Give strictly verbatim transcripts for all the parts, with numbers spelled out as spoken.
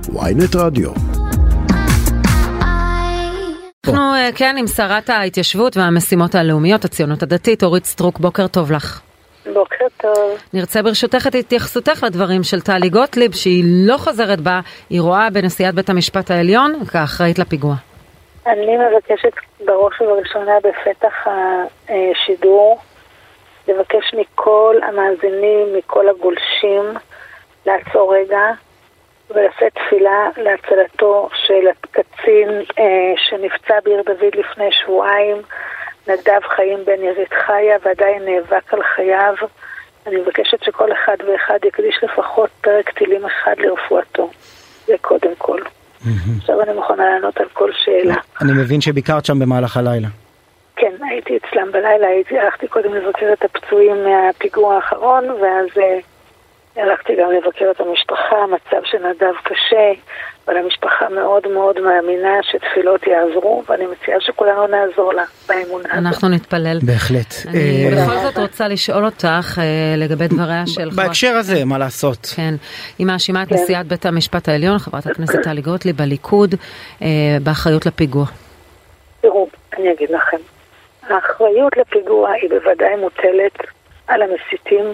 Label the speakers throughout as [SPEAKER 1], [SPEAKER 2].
[SPEAKER 1] וויינט רדיו.
[SPEAKER 2] אנחנו כן עם שרת ההתיישבות והמשימות הלאומיות, הציונות הדתית, אורית סטרוק, בוקר טוב לך.
[SPEAKER 3] בוקר טוב.
[SPEAKER 2] נרצה ברשותך את התייחסותך לדברים של טלי גוטליב, שהיא לא חוזרת בה, היא רואה בנשיאת בית המשפט העליון כאחראית לפיגוע.
[SPEAKER 3] אני מבקשת בראש ובראשונה בפתח השידור, לבקש מכל המאזינים, מכל הגולשים, לעצור רגע ולשאת תפילה להצלתו של הקצין אה, שנפצע בעיר דוד לפני שבועיים, נדב חיים בן ירית חיה, ועדיין נאבק על חייו. אני מבקשת שכל אחד ואחד יקדיש לפחות פרק תילים אחד לרפואתו. זה קודם כל. Mm-hmm. עכשיו אני מוכנה לענות על כל שאלה.
[SPEAKER 4] אני מבין שביקרת שם במהלך הלילה.
[SPEAKER 3] כן, הייתי אצלם בלילה, הייתי, הלכתי קודם לבקר את הפצועים מהפיגוע האחרון, ואז הלכתי גם לבקר את המשפחה, מצב שנדב קשה, אבל המשפחה מאוד מאוד מאמינה שתפילות יעזרו, ואני מציעה שכולנו נעזור לה באמונה.
[SPEAKER 2] אנחנו נתפלל.
[SPEAKER 4] בהחלט.
[SPEAKER 2] אני בכל זאת רוצה לשאול אותך לגבי דבריה של...
[SPEAKER 4] בהקשר הזה, מה לעשות?
[SPEAKER 2] כן, היא מאשימה את נשיאת בית המשפט העליון, חברת הכנסת טלי גוטליב, בליכוד, באחריות לפיגוע.
[SPEAKER 3] תראו, אני אגיד לכם, האחריות לפיגוע היא בוודאי מוטלת על המסיתים.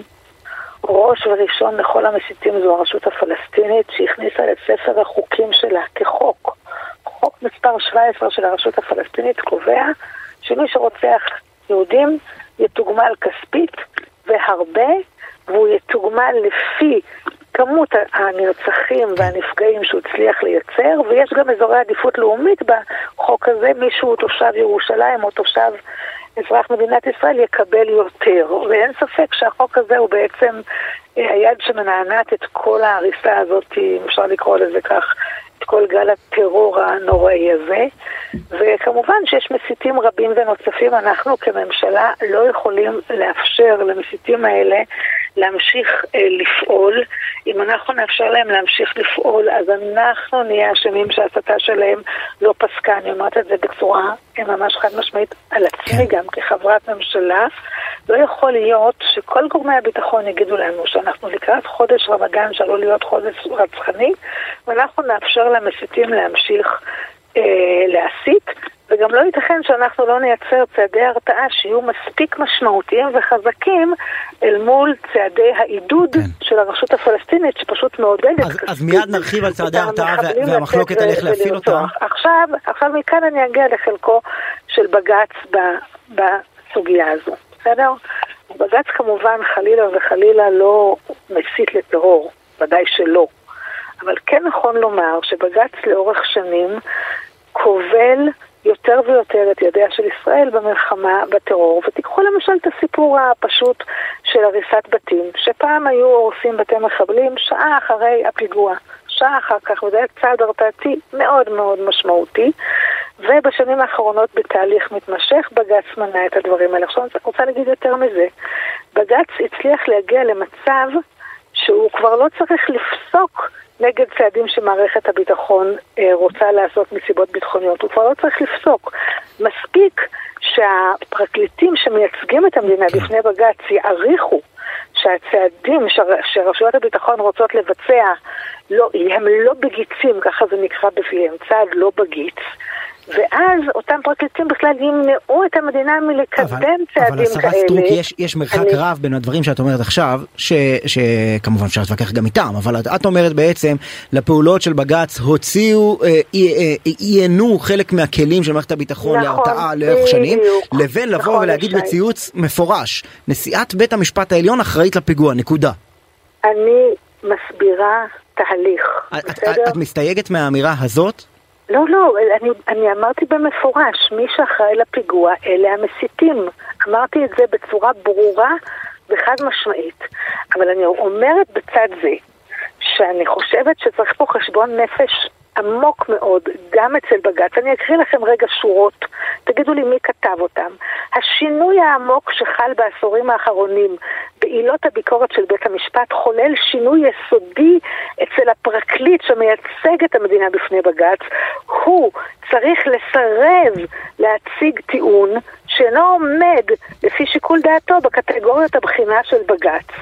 [SPEAKER 3] ראש וראשון לכל המסיתים זו הרשות הפלסטינית, שהכניסה לספר החוקים שלה כחוק. חוק מספר שבע עשרה של הרשות הפלסטינית קובע שמי שרוצח יהודים יתוגמל כספית והרבה, והוא יתוגמל לפי כמות הנרצחים והנפגעים שהוא הצליח לייצר, ויש גם אזורי עדיפות לאומית בחוק הזה, מישהו תושב ירושלים או תושב אזרח מדינת ישראל יקבל יותר, ואין ספק שהחוק הזה הוא בעצם היד שמנענת את כל ההריסה הזאת, אם אפשר לקרוא לזה כך, את כל גל הטרור הנוראי הזה, וכמובן שיש מסיתים רבים ונוספים, אנחנו כממשלה לא יכולים לאפשר למסיתים האלה להמשיך אה, לפעול. אם אנחנו נאפשר להם להמשיך לפעול, אז אנחנו נהיה אשמים שההסתה שלהם לא פסקה. אני אומרת את זה בצורה ממש חד משמעית על עצמי גם כחברת ממשלה. לא יכול להיות שכל גורמי הביטחון יגידו לנו שאנחנו לקראת חודש רמדאן שלא להיות חודש רצחני, ואנחנו נאפשר למסיתים להמשיך אה, להסית, וגם לא ייתכן שאנחנו לא נייצר צעדי הרתעה שיהיו מספיק משמעותיים וחזקים אל מול צעדי העידוד כן. של הרשות הפלסטינית שפשוט מעודדת.
[SPEAKER 4] אז, אז מיד נרחיב על צעדי הרתעה והמחלוקת על איך להפעיל אותם.
[SPEAKER 3] עכשיו, עכשיו מכאן אני אגיע לחלקו של בג"ץ בסוגיה הזו. בסדר? בג"ץ כמובן חלילה וחלילה לא מסית לטרור, ודאי שלא. אבל כן נכון לומר שבג"ץ לאורך שנים כובל יותר ויותר את ידיה של ישראל במלחמה בטרור. ותיקחו למשל את הסיפור הפשוט של הריסת בתים, שפעם היו הורסים בתי מחבלים שעה אחרי הפיגוע, שעה אחר כך, וזה היה צעד הרתעתי מאוד מאוד משמעותי, ובשנים האחרונות בתהליך מתמשך בג"ץ מנע את הדברים האלה. עכשיו אני רוצה להגיד יותר מזה, בג"ץ הצליח להגיע למצב שהוא כבר לא צריך לפסוק נגד צעדים שמערכת הביטחון אה, רוצה לעשות מסיבות ביטחוניות. הוא כבר לא צריך לפסוק. מספיק שהפרקליטים שמייצגים את המדינה בפני בג"ץ יעריכו שהצעדים ש... שרשויות הביטחון רוצות לבצע לא, הם לא בגיצים, ככה זה נקרא בפיהם, צעד לא בגיץ. ואז אותם פרקליטים בכלל ימנעו את המדינה מלקדם
[SPEAKER 4] אבל,
[SPEAKER 3] צעדים כאלה.
[SPEAKER 4] אבל השרה סטרוק, יש, יש מרחק אני... רב בין הדברים שאת אומרת עכשיו, ש, שכמובן אפשר להתווכח גם איתם, אבל את, את אומרת בעצם, לפעולות של בג"ץ הוציאו, עיינו חלק מהכלים של מערכת הביטחון נכון, להרתעה לאורך שנים, לבין לבוא נכון, ולהגיד לשי. בציוץ מפורש, נשיאת בית המשפט העליון אחראית לפיגוע, נקודה.
[SPEAKER 3] אני מסבירה תהליך.
[SPEAKER 4] את, את, את מסתייגת מהאמירה הזאת?
[SPEAKER 3] לא, לא, אני, אני אמרתי במפורש, מי שאחראי לפיגוע אלה המסיתים. אמרתי את זה בצורה ברורה וחד משמעית. אבל אני אומרת בצד זה, שאני חושבת שצריך פה חשבון נפש עמוק מאוד, גם אצל בג"ץ. אני אקריא לכם רגע שורות, תגידו לי מי כתב אותם. השינוי העמוק שחל בעשורים האחרונים בעילות הביקורת של בית המשפט חולל שינוי יסודי אצל הפרקליט שמייצג את המדינה בפני בג"ץ. הוא צריך לסרב להציג טיעון שאינו עומד לפי שיקול דעתו בקטגוריות הבחינה של בג"ץ.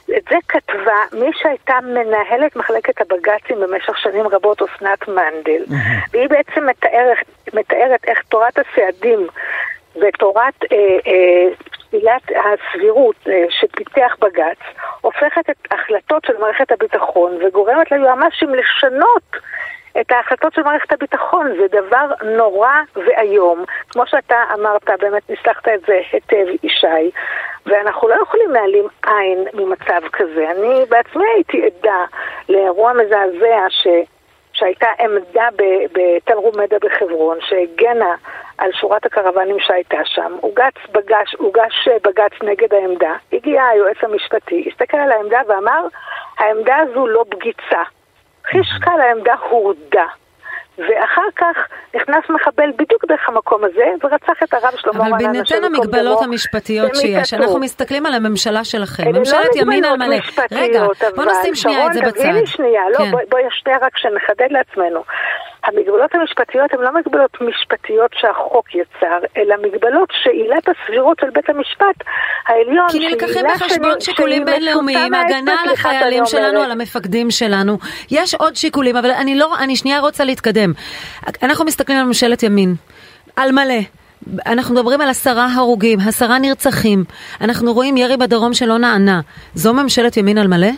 [SPEAKER 3] את זה כתבה מי שהייתה מנהלת מחלקת הבג"צים במשך שנים רבות, אסנת מנדל. והיא בעצם מתארת, מתארת איך תורת הסעדים ותורת פסילת אה, אה, הסבירות אה, שפיתח בג"ץ הופכת את החלטות של מערכת הביטחון וגורמת ליועמ"שים לשנות את ההחלטות של מערכת הביטחון. זה דבר נורא והיום, כמו שאתה אמרת, באמת נסלחת את זה היטב ישי, ואנחנו לא יכולים להעלים עין ממצב כזה. אני בעצמי הייתי עדה לאירוע מזעזע ש... שהייתה עמדה בתל רומדה בחברון שהגנה על שורת הקרוונים שהייתה שם. הוגש בג"ץ, הוגש בג"ץ נגד העמדה. הגיע היועץ המשפטי, הסתכל על העמדה ואמר, העמדה הזו לא בגיצה. חישקה לעמדה הורדה. ואחר כך נכנס מחבל בדיוק דרך המקום הזה ורצח את הרב שלמה רעננה.
[SPEAKER 2] אבל בהינתן המגבלות המשפטיות שיש, אנחנו מסתכלים על הממשלה שלכם, ממשלת ימין על מלא. רגע, בוא נשים שנייה את זה בצד.
[SPEAKER 3] תביני שנייה, לא, בואי שנייה רק שנחדד לעצמנו. המגבלות המשפטיות הן לא מגבלות משפטיות שהחוק יצר, אלא מגבלות שעילת הסבירות של בית המשפט העליון.
[SPEAKER 2] כי נלקחים בחשבון שיקולים בינלאומיים, הגנה על החיילים שלנו, על המפקדים שלנו. יש עוד שיקולים, אבל אני לא, אני שנייה רוצה להתקדם. אנחנו מסתכלים על ממשלת ימין, על מלא. אנחנו מדברים על עשרה הרוגים, עשרה נרצחים. אנחנו רואים ירי בדרום שלא נענה. זו ממשלת ימין על מלא?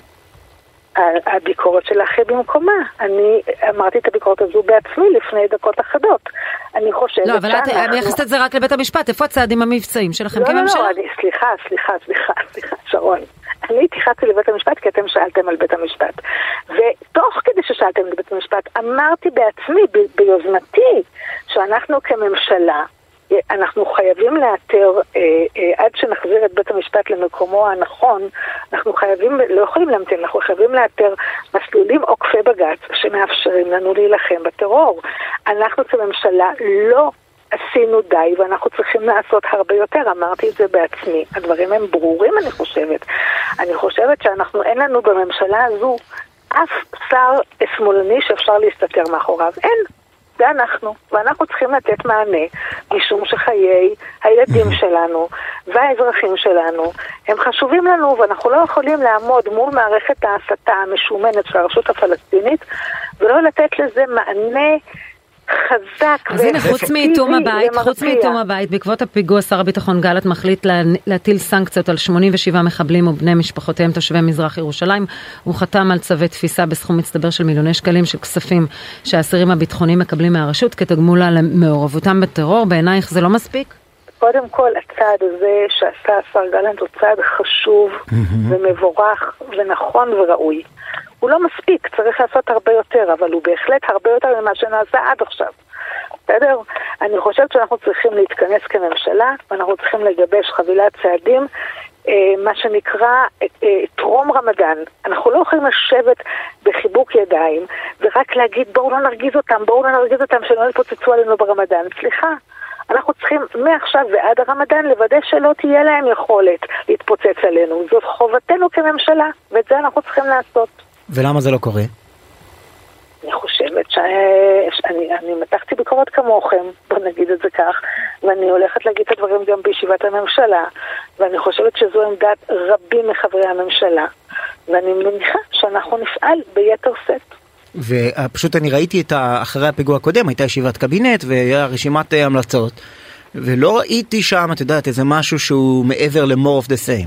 [SPEAKER 3] הביקורת שלך היא במקומה. אני אמרתי את הביקורת הזו בעצמי לפני דקות אחדות. אני חושבת
[SPEAKER 2] לא, אבל את מייחסת את זה רק לבית המשפט. איפה הצעדים המבצעים שלכם כממשלה?
[SPEAKER 3] לא, לא, לא, סליחה, סליחה, סליחה, סליחה, שרון. אני התייחסתי לבית המשפט כי אתם שאלתם על בית המשפט. ותוך כדי ששאלתם על בית המשפט, אמרתי בעצמי, ביוזמתי, שאנחנו כממשלה, אנחנו חייבים לאתר, אה, אה, עד שנחזיר את בית המשפט למקומו הנכון, אנחנו חייבים, לא יכולים להמתין, אנחנו חייבים לאתר מסלולים עוקפי בג"ץ שמאפשרים לנו להילחם בטרור. אנחנו כממשלה לא עשינו די ואנחנו צריכים לעשות הרבה יותר, אמרתי את זה בעצמי. הדברים הם ברורים אני חושבת. אני חושבת שאנחנו, אין לנו בממשלה הזו אף שר שמאלני שאפשר להסתתר מאחוריו. אין. זה אנחנו, ואנחנו צריכים לתת מענה, משום שחיי הילדים שלנו והאזרחים שלנו הם חשובים לנו, ואנחנו לא יכולים לעמוד מול מערכת ההסתה המשומנת של הרשות הפלסטינית, ולא לתת לזה מענה חזק.
[SPEAKER 2] אז הנה, חוץ מאיתום הבית, חוץ מאיתום הבית, בעקבות הפיגוע שר הביטחון גלנט מחליט להטיל סנקציות על שמונים ושבעה מחבלים ובני משפחותיהם תושבי מזרח ירושלים. הוא חתם על צווי תפיסה בסכום מצטבר של מיליוני שקלים של כספים שהאסירים הביטחוניים מקבלים מהרשות כתגמול על מעורבותם בטרור. בעינייך זה לא מספיק?
[SPEAKER 3] קודם כל, הצעד הזה שעשה השר גלנט הוא צעד חשוב ומבורך ונכון וראוי. הוא לא מספיק, צריך לעשות הרבה יותר, אבל הוא בהחלט הרבה יותר ממה שנעשה עד עכשיו. בסדר? אני חושבת שאנחנו צריכים להתכנס כממשלה, ואנחנו צריכים לגבש חבילת צעדים, אה, מה שנקרא אה, טרום רמדאן. אנחנו לא יכולים לשבת בחיבוק ידיים, ורק להגיד בואו לא נרגיז אותם, בואו לא נרגיז אותם שלא יפוצצו עלינו ברמדאן. סליחה. אנחנו צריכים מעכשיו ועד הרמדאן לוודא שלא תהיה להם יכולת להתפוצץ עלינו. זאת חובתנו כממשלה, ואת זה אנחנו צריכים לעשות.
[SPEAKER 4] ולמה זה לא קורה?
[SPEAKER 3] אני חושבת שאני אני מתחתי ביקורת כמוכם, בוא נגיד את זה כך, ואני הולכת להגיד את הדברים גם בישיבת הממשלה, ואני חושבת שזו עמדת רבים מחברי הממשלה, ואני מניחה שאנחנו נפעל ביתר סט.
[SPEAKER 4] ופשוט אני ראיתי את אחרי הפיגוע הקודם, הייתה ישיבת קבינט והיה רשימת המלצות, ולא ראיתי שם, את יודעת, איזה משהו שהוא מעבר ל-more of the same.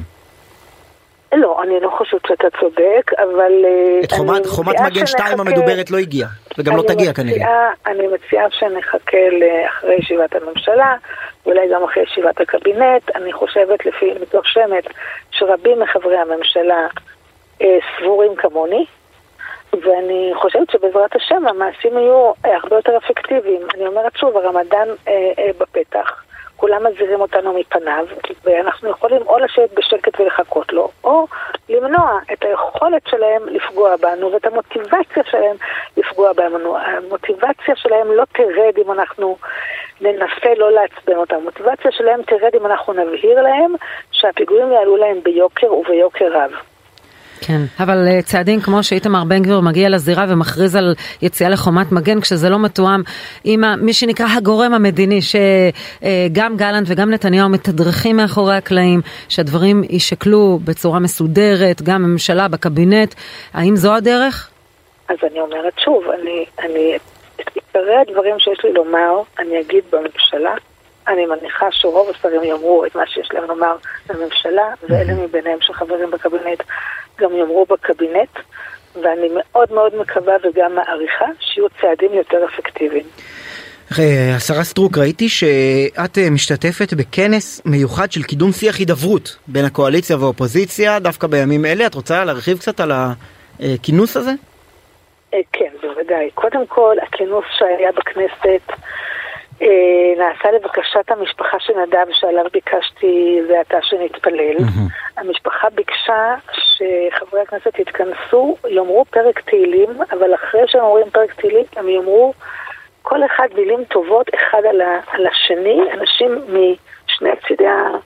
[SPEAKER 3] לא, אני לא חושבת שאתה צודק, אבל...
[SPEAKER 4] את חומת, חומת מגן שתיים המדוברת לא הגיעה, וגם לא תגיע כנראה.
[SPEAKER 3] אני מציעה שנחכה לאחרי ישיבת הממשלה, ואולי גם אחרי ישיבת הקבינט. אני חושבת לפי מתרשמת שרבים מחברי הממשלה אה, סבורים כמוני, ואני חושבת שבעזרת השם המעשים יהיו הרבה יותר אפקטיביים. אני אומרת שוב, הרמדאן אה, אה, בפתח. כולם מזהירים אותנו מפניו, ואנחנו יכולים או לשבת בשקט ולחכות לו, או למנוע את היכולת שלהם לפגוע בנו, ואת המוטיבציה שלהם לפגוע בנו. המוטיבציה שלהם לא תרד אם אנחנו ננסה לא לעצבן אותם. המוטיבציה שלהם תרד אם אנחנו נבהיר להם שהפיגועים יעלו להם ביוקר וביוקר רב.
[SPEAKER 2] כן, אבל צעדים כמו שאיתמר בן גביר מגיע לזירה ומכריז על יציאה לחומת מגן, כשזה לא מתואם עם מי שנקרא הגורם המדיני, שגם גלנט וגם נתניהו מתדרכים מאחורי הקלעים, שהדברים יישקלו בצורה מסודרת, גם הממשלה בקבינט. האם זו הדרך?
[SPEAKER 3] אז אני אומרת שוב, אני, אני, את עיקרי הדברים שיש לי לומר, אני אגיד בממשלה. אני מניחה שרוב השרים יאמרו את מה שיש להם לומר בממשלה, ואלה מביניהם שחברים בקבינט גם יאמרו בקבינט, ואני מאוד מאוד מקווה וגם מעריכה שיהיו צעדים יותר אפקטיביים.
[SPEAKER 4] השרה סטרוק, ראיתי שאת משתתפת בכנס מיוחד של קידום שיח הידברות בין הקואליציה והאופוזיציה, דווקא בימים אלה. את רוצה להרחיב קצת על הכינוס הזה?
[SPEAKER 3] כן, בוודאי. קודם כל, הכינוס שהיה בכנסת נעשה לבקשת המשפחה של נדב, שעליו ביקשתי זה עתה שנתפלל. המשפחה ביקשה שחברי הכנסת יתכנסו, יאמרו פרק תהילים, אבל אחרי שהם אומרים פרק תהילים, הם יאמרו כל אחד מילים טובות אחד על השני, אנשים משני צידי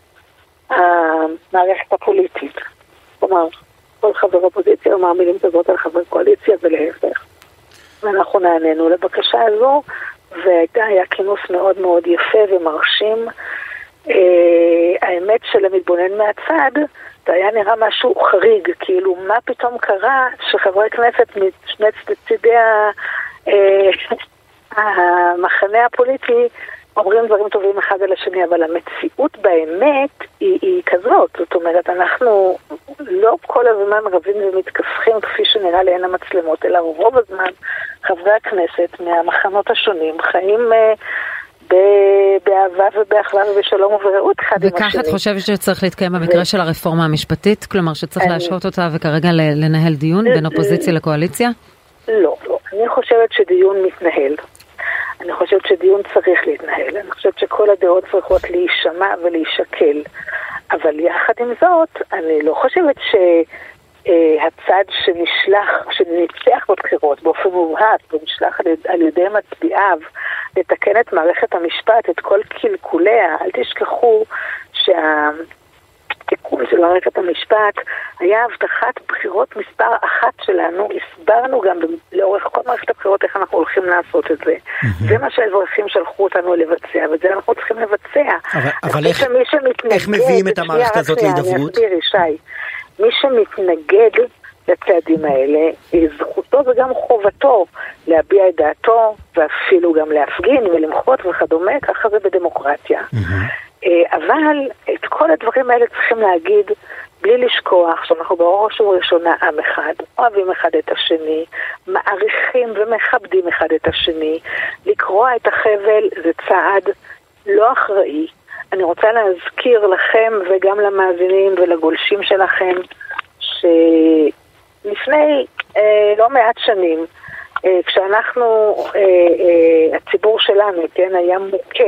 [SPEAKER 3] המערכת הפוליטית. כלומר, כל חבר אופוזיציה אומר מילים טובות על חבר קואליציה ולהפך. ואנחנו נענינו לבקשה הזו, והיה כינוס מאוד מאוד יפה ומרשים. אה, האמת שלמתבונן מהצד, זה היה נראה משהו חריג, כאילו מה פתאום קרה שחברי כנסת משני צידי אה, המחנה הפוליטי אומרים דברים טובים אחד על השני, אבל המציאות באמת היא, היא כזאת. זאת אומרת, אנחנו לא כל הזמן רבים ומתכסחים כפי שנראה לעין המצלמות, אלא רוב הזמן חברי הכנסת מהמחנות השונים חיים אה, באהבה ובאחווה ובשלום וברעות אחד עם השני.
[SPEAKER 2] וכך את חושבת שצריך להתקיים במקרה של הרפורמה המשפטית? כלומר שצריך להשעות אותה וכרגע לנהל דיון בין אופוזיציה לקואליציה?
[SPEAKER 3] לא, לא. אני חושבת שדיון מתנהל. אני חושבת שדיון צריך להתנהל. אני חושבת שכל הדעות צריכות להישמע ולהישקל. אבל יחד עם זאת, אני לא חושבת שהצד שנשלח, שניצח בבחירות באופן מובהק, ונשלח על ידי מצביעיו, לתקן את מערכת המשפט, את כל קלקוליה. אל תשכחו שה... תיקון של מערכת המשפט היה הבטחת בחירות מספר אחת שלנו. הסברנו גם לאורך כל מערכת הבחירות איך אנחנו הולכים לעשות את זה. זה מה שהאזרחים שלחו אותנו לבצע, ואת זה אנחנו צריכים לבצע.
[SPEAKER 4] אבל איך מביאים את המערכת הזאת להידברות?
[SPEAKER 3] אני אסביר, ישי. מי שמתנגד לצעדים האלה, זכותו וגם חובתו להביע את דעתו, ואפילו גם להפגין ולמחות וכדומה, ככה זה בדמוקרטיה. אבל את כל הדברים האלה צריכים להגיד בלי לשכוח שאנחנו בראש ובראשונה עם אחד, אוהבים אחד את השני, מעריכים ומכבדים אחד את השני. לקרוע את החבל זה צעד לא אחראי. אני רוצה להזכיר לכם וגם למאזינים ולגולשים שלכם שלפני אה, לא מעט שנים אה, כשאנחנו אה, אה, הציבור שלנו, כן, היה מוכה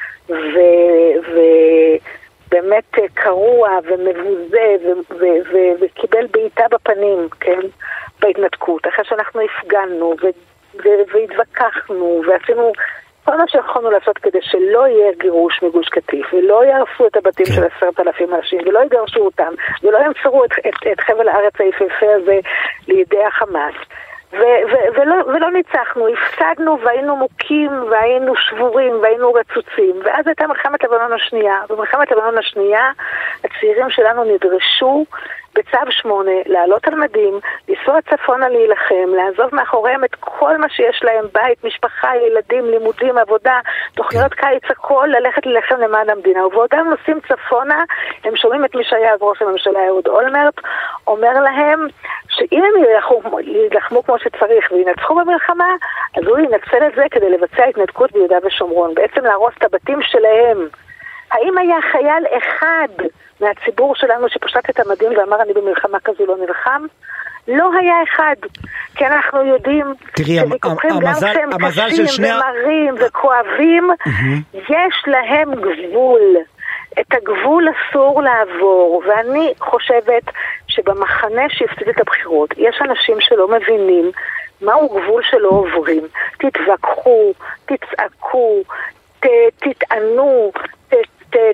[SPEAKER 3] ובאמת קרוע ומבוזה וקיבל בעיטה בפנים, כן, בהתנתקות, אחרי שאנחנו הפגנו והתווכחנו ועשינו כל מה שיכולנו לעשות כדי שלא יהיה גירוש מגוש קטיף ולא יערפו את הבתים של עשרת אלפים אנשים ולא יגרשו אותם ולא ימסרו את, את, את חבל הארץ היפהפה הזה לידי החמאס. ו- ו- ולא, ולא ניצחנו, הפסדנו והיינו מוכים והיינו שבורים והיינו רצוצים. ואז הייתה מלחמת לבנון השנייה. במלחמת לבנון השנייה הצעירים שלנו נדרשו בצו שמונה לעלות על מדים, לנסוע צפונה להילחם, לעזוב מאחוריהם את כל מה שיש להם, בית, משפחה, ילדים, לימודים, עבודה, תוכניות קיץ, הכל, ללכת ללחם למען המדינה. ובעודם נוסעים צפונה, הם שומעים את מי שהיה אז ראש הממשלה אהוד אולמרט, אומר להם שאם הם ילחמו, ילחמו כמו שצריך וינצחו במלחמה, אז הוא ינצל את זה כדי לבצע התנתקות ביהודה ושומרון, בעצם להרוס את הבתים שלהם. האם היה חייל אחד מהציבור שלנו שפשט את המדים ואמר אני במלחמה כזו לא נלחם? לא היה אחד. כי אנחנו יודעים שוויכוחים גם שהם קשים שני... ומרים וכואבים, mm-hmm. יש להם גבול. את הגבול אסור לעבור, ואני חושבת שבמחנה שהפסיד את הבחירות יש אנשים שלא מבינים מהו גבול שלא עוברים. תתווכחו, תצעקו, ת, תטענו, ת, ת, ת,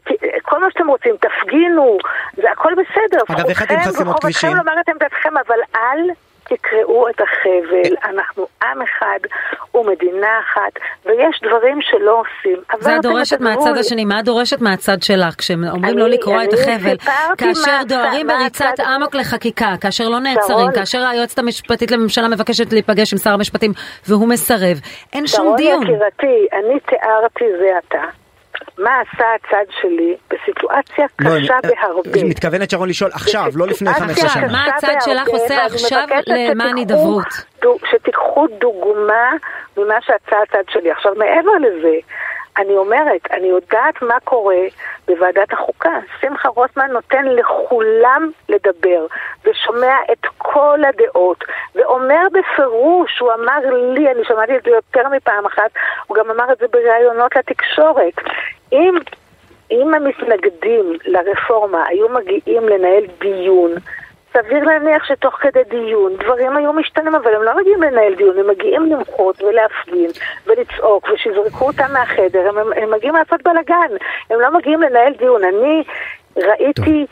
[SPEAKER 3] כל מה שאתם רוצים, תפגינו, זה הכל בסדר.
[SPEAKER 4] אגב, איך אתם חסימות כבישים?
[SPEAKER 3] וחובתכם לומר את עמדתכם, אבל אל תקראו את החבל. אנחנו עם אחד ומדינה אחת, ויש דברים שלא עושים.
[SPEAKER 2] זה דורשת מהצד השני, מה דורשת מהצד שלך, כשאומרים לא לקרוא את החבל, כאשר דוהרים בריצת עמוק לחקיקה, כאשר לא נעצרים, כאשר היועצת המשפטית לממשלה מבקשת להיפגש עם שר המשפטים, והוא מסרב, אין שום דיון.
[SPEAKER 3] שרון יקירתי, אני תיארתי זה אתה. מה עשה הצד שלי בסיטואציה קשה בהרבה?
[SPEAKER 4] מתכוונת שרון לשאול עכשיו, לא לפני חמש שנה.
[SPEAKER 2] מה הצד שלך עושה עכשיו למען הידברות?
[SPEAKER 3] שתיקחו דוגמה ממה שעשה הצד שלי. עכשיו, מעבר לזה, אני אומרת, אני יודעת מה קורה בוועדת החוקה. שמחה רוטמן נותן לכולם לדבר, ושומע את כל הדעות, ואומר בפירוש, הוא אמר לי, אני שמעתי את זה יותר מפעם אחת, הוא גם אמר את זה בראיונות לתקשורת. אם, אם המתנגדים לרפורמה היו מגיעים לנהל דיון, סביר להניח שתוך כדי דיון דברים היו משתנים, אבל הם לא מגיעים לנהל דיון, הם מגיעים למחות ולהפגין ולצעוק ושיזרקו אותם מהחדר, הם, הם, הם מגיעים לעשות בלגן, הם לא מגיעים לנהל דיון. אני ראיתי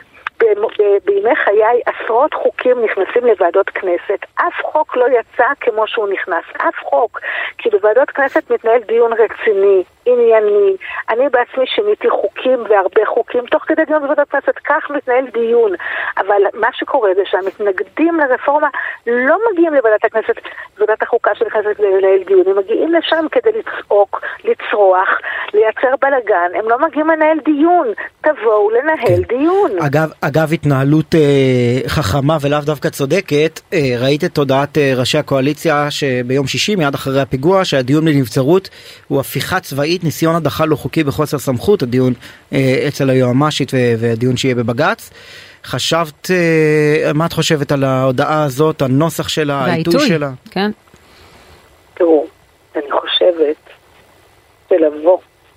[SPEAKER 3] בימי חיי עשרות חוקים נכנסים לוועדות כנסת, אף חוק לא יצא כמו שהוא נכנס, אף חוק, כי בוועדות כנסת מתנהל דיון רציני, ענייני. אני בעצמי שיניתי חוקים והרבה חוקים תוך כדי דיון בוועדת כנסת, כך מתנהל דיון. אבל מה שקורה זה שהמתנגדים לרפורמה לא מגיעים לוועדת הכנסת, ועדת החוקה של הכנסת לנהל דיון, הם מגיעים לשם כדי לצעוק, לצרוח, לייצר בלגן, הם לא מגיעים לנהל דיון, תבואו לנהל דיון.
[SPEAKER 4] אגב, אגב התנהלות אה, חכמה ולאו דווקא צודקת, אה, ראית את תודעת אה, ראשי הקואליציה שביום שישי מיד אחרי הפיגוע שהדיון לנבצרות הוא הפיכה צבאית, ניסיון הדחה לא חוקי בחוסר סמכות, הדיון אה, אצל היועמ"שית והדיון שיהיה בבג"ץ. חשבת, אה, מה את חושבת על ההודעה הזאת, הנוסח שלה, העיתוי שלה?
[SPEAKER 2] כן.
[SPEAKER 3] תראו, אני חושבת שלבוא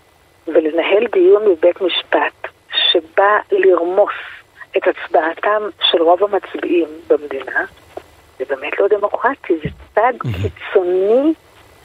[SPEAKER 3] ולנהל דיון בבית משפט שבא לרמוס את הצבעתם של רוב המצביעים במדינה, זה באמת לא דמוקרטי, זה צד קיצוני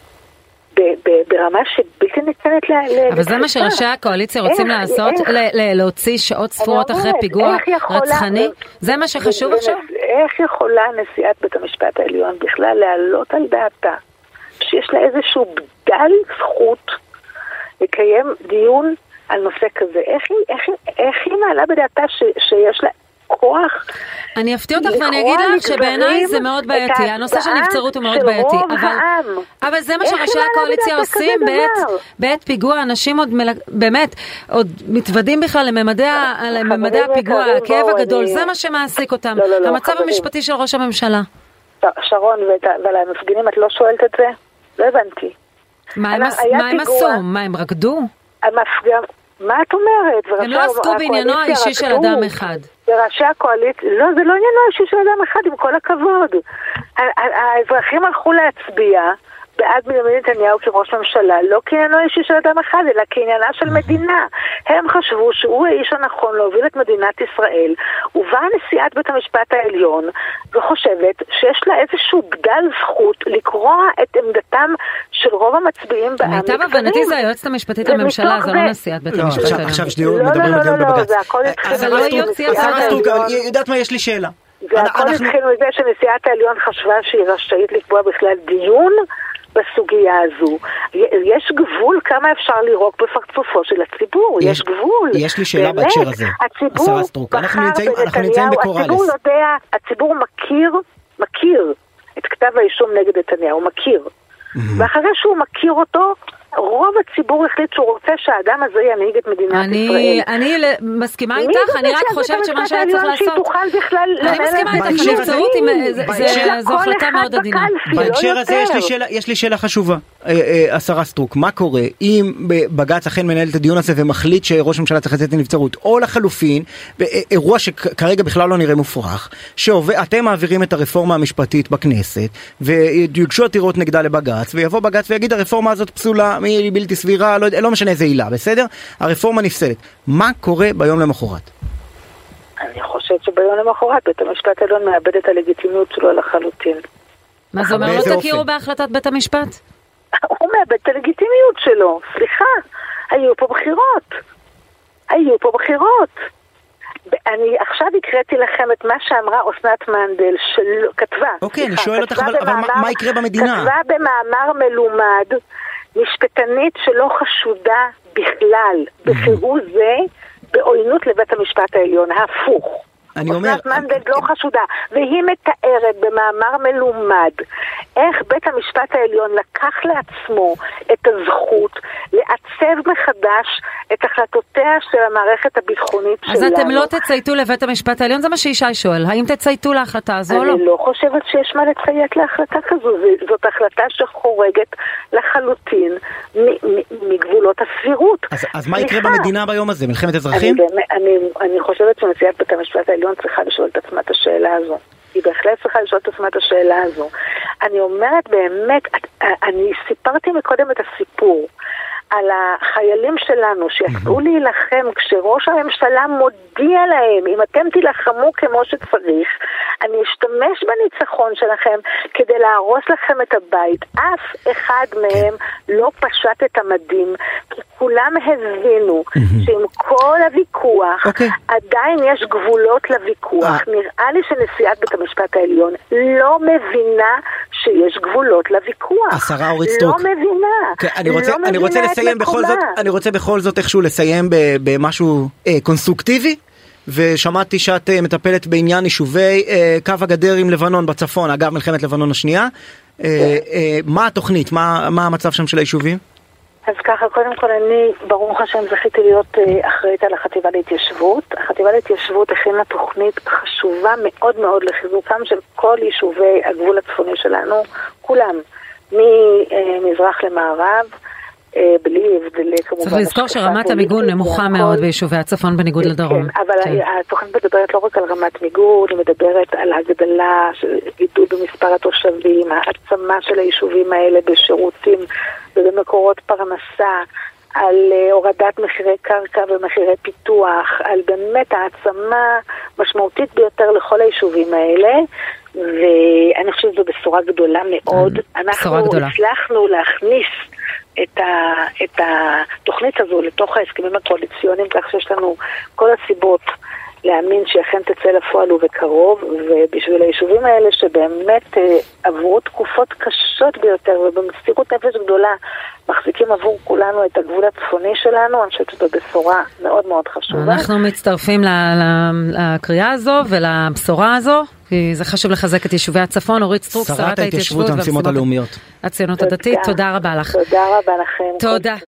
[SPEAKER 3] ברמה שבלתי ניתנת ל...
[SPEAKER 2] אבל זה מה שראשי הקואליציה רוצים לעשות, להוציא שעות ספורות אחרי פיגוע רצחני? זה מה שחשוב עכשיו?
[SPEAKER 3] איך יכולה נשיאת בית המשפט העליון בכלל להעלות על דעתה שיש לה איזשהו בדל זכות לקיים דיון על נושא כזה? איך היא, איך, איך היא מעלה בדעתה ש, שיש לה כוח?
[SPEAKER 2] אני אפתיע אותך ואני אגיד לך שבעיניי זה מאוד בעייתי, הנושא של נבצרות הוא מאוד בעייתי, אבל, אבל זה מה שראשי הקואליציה עושים בעת, בעת פיגוע, אנשים עוד מל... באמת עוד מתוודים בכלל לממדי, לממדי הפיגוע, הכאב הגדול, זה מה שמעסיק אותם, המצב המשפטי של ראש הממשלה.
[SPEAKER 3] שרון, ועל המפגינים את לא שואלת את זה? לא הבנתי.
[SPEAKER 2] מה הם עשו? מה הם רקדו?
[SPEAKER 3] המפגע, מה את אומרת?
[SPEAKER 2] הם לא עסקו בעניינו האישי של אדם אחד.
[SPEAKER 3] וראשי הקואליציה, לא, זה לא עניינו האישי של אדם אחד, עם כל הכבוד. האזרחים הלכו להצביע בעד בנימין נתניהו כראש ממשלה, לא כעניינו האישי של אדם אחד, אלא כעניינה של מדינה. הם חשבו שהוא האיש הנכון להוביל את מדינת ישראל, ובאה נשיאת בית המשפט העליון, וחושבת שיש לה איזשהו בדל זכות לקרוע את עמדתם של רוב המצביעים בעם.
[SPEAKER 2] מיטב הבנתי זה היועצת המשפטית לממשלה, זה לא נשיאת בית המשפט העליון.
[SPEAKER 4] עכשיו מדברים על דיון בבג"ץ.
[SPEAKER 2] אבל לא יוציא השרה סטרוק.
[SPEAKER 4] יודעת מה, יש לי שאלה.
[SPEAKER 3] זה הכל התחיל מזה שנשיאת העליון חשבה שהיא רשאית לקבוע בכלל דיון בסוגיה הזו. יש גבול כמה אפשר לירוק בפרצופו של הציבור, יש גבול.
[SPEAKER 4] יש לי שאלה בהקשר הזה, השרה סטרוק. אנחנו נמצאים בקוראלס.
[SPEAKER 3] הציבור יודע, הציבור מכיר, מכיר את כתב האישום נגד נתניהו, מכיר. ואחרי שהוא מכיר אותו, רוב הציבור החליט שהוא רוצה שהאדם הזה ינהיג את מדינת ישראל.
[SPEAKER 2] אני מסכימה איתך, אני רק חושבת שמה שהיה צריך לעשות. אני מסכימה איתך, נבצרות זו החלטה מאוד עדינה.
[SPEAKER 4] בהקשר הזה יש לי שאלה חשובה, השרה סטרוק, מה קורה אם בג"ץ אכן מנהל את הדיון הזה ומחליט שראש הממשלה צריך לצאת לנבצרות, או לחלופין, אירוע שכרגע בכלל לא נראה מופרך, שאתם מעבירים את הרפורמה המשפטית בכנסת, ויוגשו עתירות נגדה לבג"ץ, ויבוא בג"ץ ויגיד הרפורמה הזאת פסולה, היא בלתי סבירה, לא, לא משנה איזה עילה, בסדר? הרפורמה נפסלת. מה קורה ביום למחרת?
[SPEAKER 3] אני חושבת שביום למחרת בית המשפט העליון מאבד את הלגיטימיות שלו לחלוטין.
[SPEAKER 2] מה זה אומר? לא תכירו בהחלטת בית המשפט?
[SPEAKER 3] הוא מאבד את הלגיטימיות שלו. סליחה, היו פה בחירות. היו פה בחירות. אני עכשיו הקראתי לכם את מה שאמרה אסנת מנדל, שכתבה.
[SPEAKER 4] אוקיי, אני שואל אותך, אבל מה יקרה במדינה?
[SPEAKER 3] כתבה במאמר מלומד, משפטנית שלא חשודה בכלל, בחירות זה, בעוינות לבית המשפט העליון, ההפוך.
[SPEAKER 4] אני אומר...
[SPEAKER 3] אסנת מנדל לא חשודה, והיא מתארת במאמר מלומד איך בית המשפט העליון לקח לעצמו את הזכות לעצב מחדש את החלטותיה של המערכת הביטחונית שלנו.
[SPEAKER 2] אז אתם לא תצייתו לבית המשפט העליון? זה מה שישי שואל. האם תצייתו להחלטה הזו או לא?
[SPEAKER 3] אני לא חושבת שיש מה לציית להחלטה כזו. זאת החלטה שחורגת לחלוטין מגבולות הסבירות.
[SPEAKER 4] אז מה יקרה במדינה ביום הזה? מלחמת אזרחים?
[SPEAKER 3] אני חושבת שנשיאת בית המשפט העליון צריכה לשאול את עצמה את השאלה הזו. היא בהחלט צריכה לשאול את עצמה את השאלה הזו. אני אומרת באמת, אני סיפרתי מקודם את הסיפור על החיילים שלנו שיצאו להילחם כשראש הממשלה מודיע להם, אם אתם תילחמו כמו שצריך, אני אשתמש בניצחון שלכם כדי להרוס לכם את הבית. אף אחד מהם לא פשט את המדים, כי כולם הבינו שעם כל הוויכוח עדיין יש גבולות לוויכוח. נראה לי שנשיאת בית המשפט העליון לא מבינה שיש גבולות לוויכוח.
[SPEAKER 4] השרה אורית סטרוק.
[SPEAKER 3] לא מבינה.
[SPEAKER 4] אני רוצה, אני רוצה לסיים בכל זאת, אני רוצה בכל זאת איכשהו לסיים במשהו קונסטרוקטיבי, ושמעתי שאת מטפלת בעניין יישובי קו הגדר עם לבנון בצפון, אגב מלחמת לבנון השנייה. מה התוכנית? מה המצב שם של היישובים?
[SPEAKER 3] אז ככה, קודם כל אני, ברוך השם, זכיתי להיות אחראית על החטיבה להתיישבות. החטיבה להתיישבות הכינה תוכנית חשובה מאוד מאוד לחיזוקם של כל יישובי הגבול הצפוני שלנו, כולם, ממזרח למערב, בלי הבדלי כמובן.
[SPEAKER 2] צריך לזכור שרמת המיגון נמוכה מאוד ביישובי הצפון בניגוד לדרום.
[SPEAKER 3] אבל התוכנית מדברת לא רק על רמת מיגון, היא מדברת על הגדלה, גידול במספר התושבים, העצמה של היישובים האלה בשירותים ובמקורות פרנסה, על הורדת מחירי קרקע ומחירי פיתוח, על באמת העצמה משמעותית ביותר לכל היישובים האלה, ואני חושבת שזו בשורה גדולה מאוד. אנחנו הצלחנו להכניס את, ה, את התוכנית הזו לתוך ההסכמים הקואליציוניים, כך שיש לנו כל הסיבות להאמין שאכן תצא לפועל ובקרוב, ובשביל היישובים האלה שבאמת אה, עברו תקופות קשות ביותר ובמסירות נפש גדולה מחזיקים עבור כולנו את הגבול הצפוני שלנו, אני חושבת שזו בשורה מאוד מאוד חשובה. אנחנו
[SPEAKER 2] מצטרפים לקריאה הזו ולבשורה הזו, כי זה חשוב לחזק את יישובי הצפון. אורית סטרוק,
[SPEAKER 4] שרת ההתיישבות והמשימות הלאומיות,
[SPEAKER 2] הציונות הדתית, תודה רבה לך.
[SPEAKER 3] תודה רבה לכם.
[SPEAKER 2] תודה.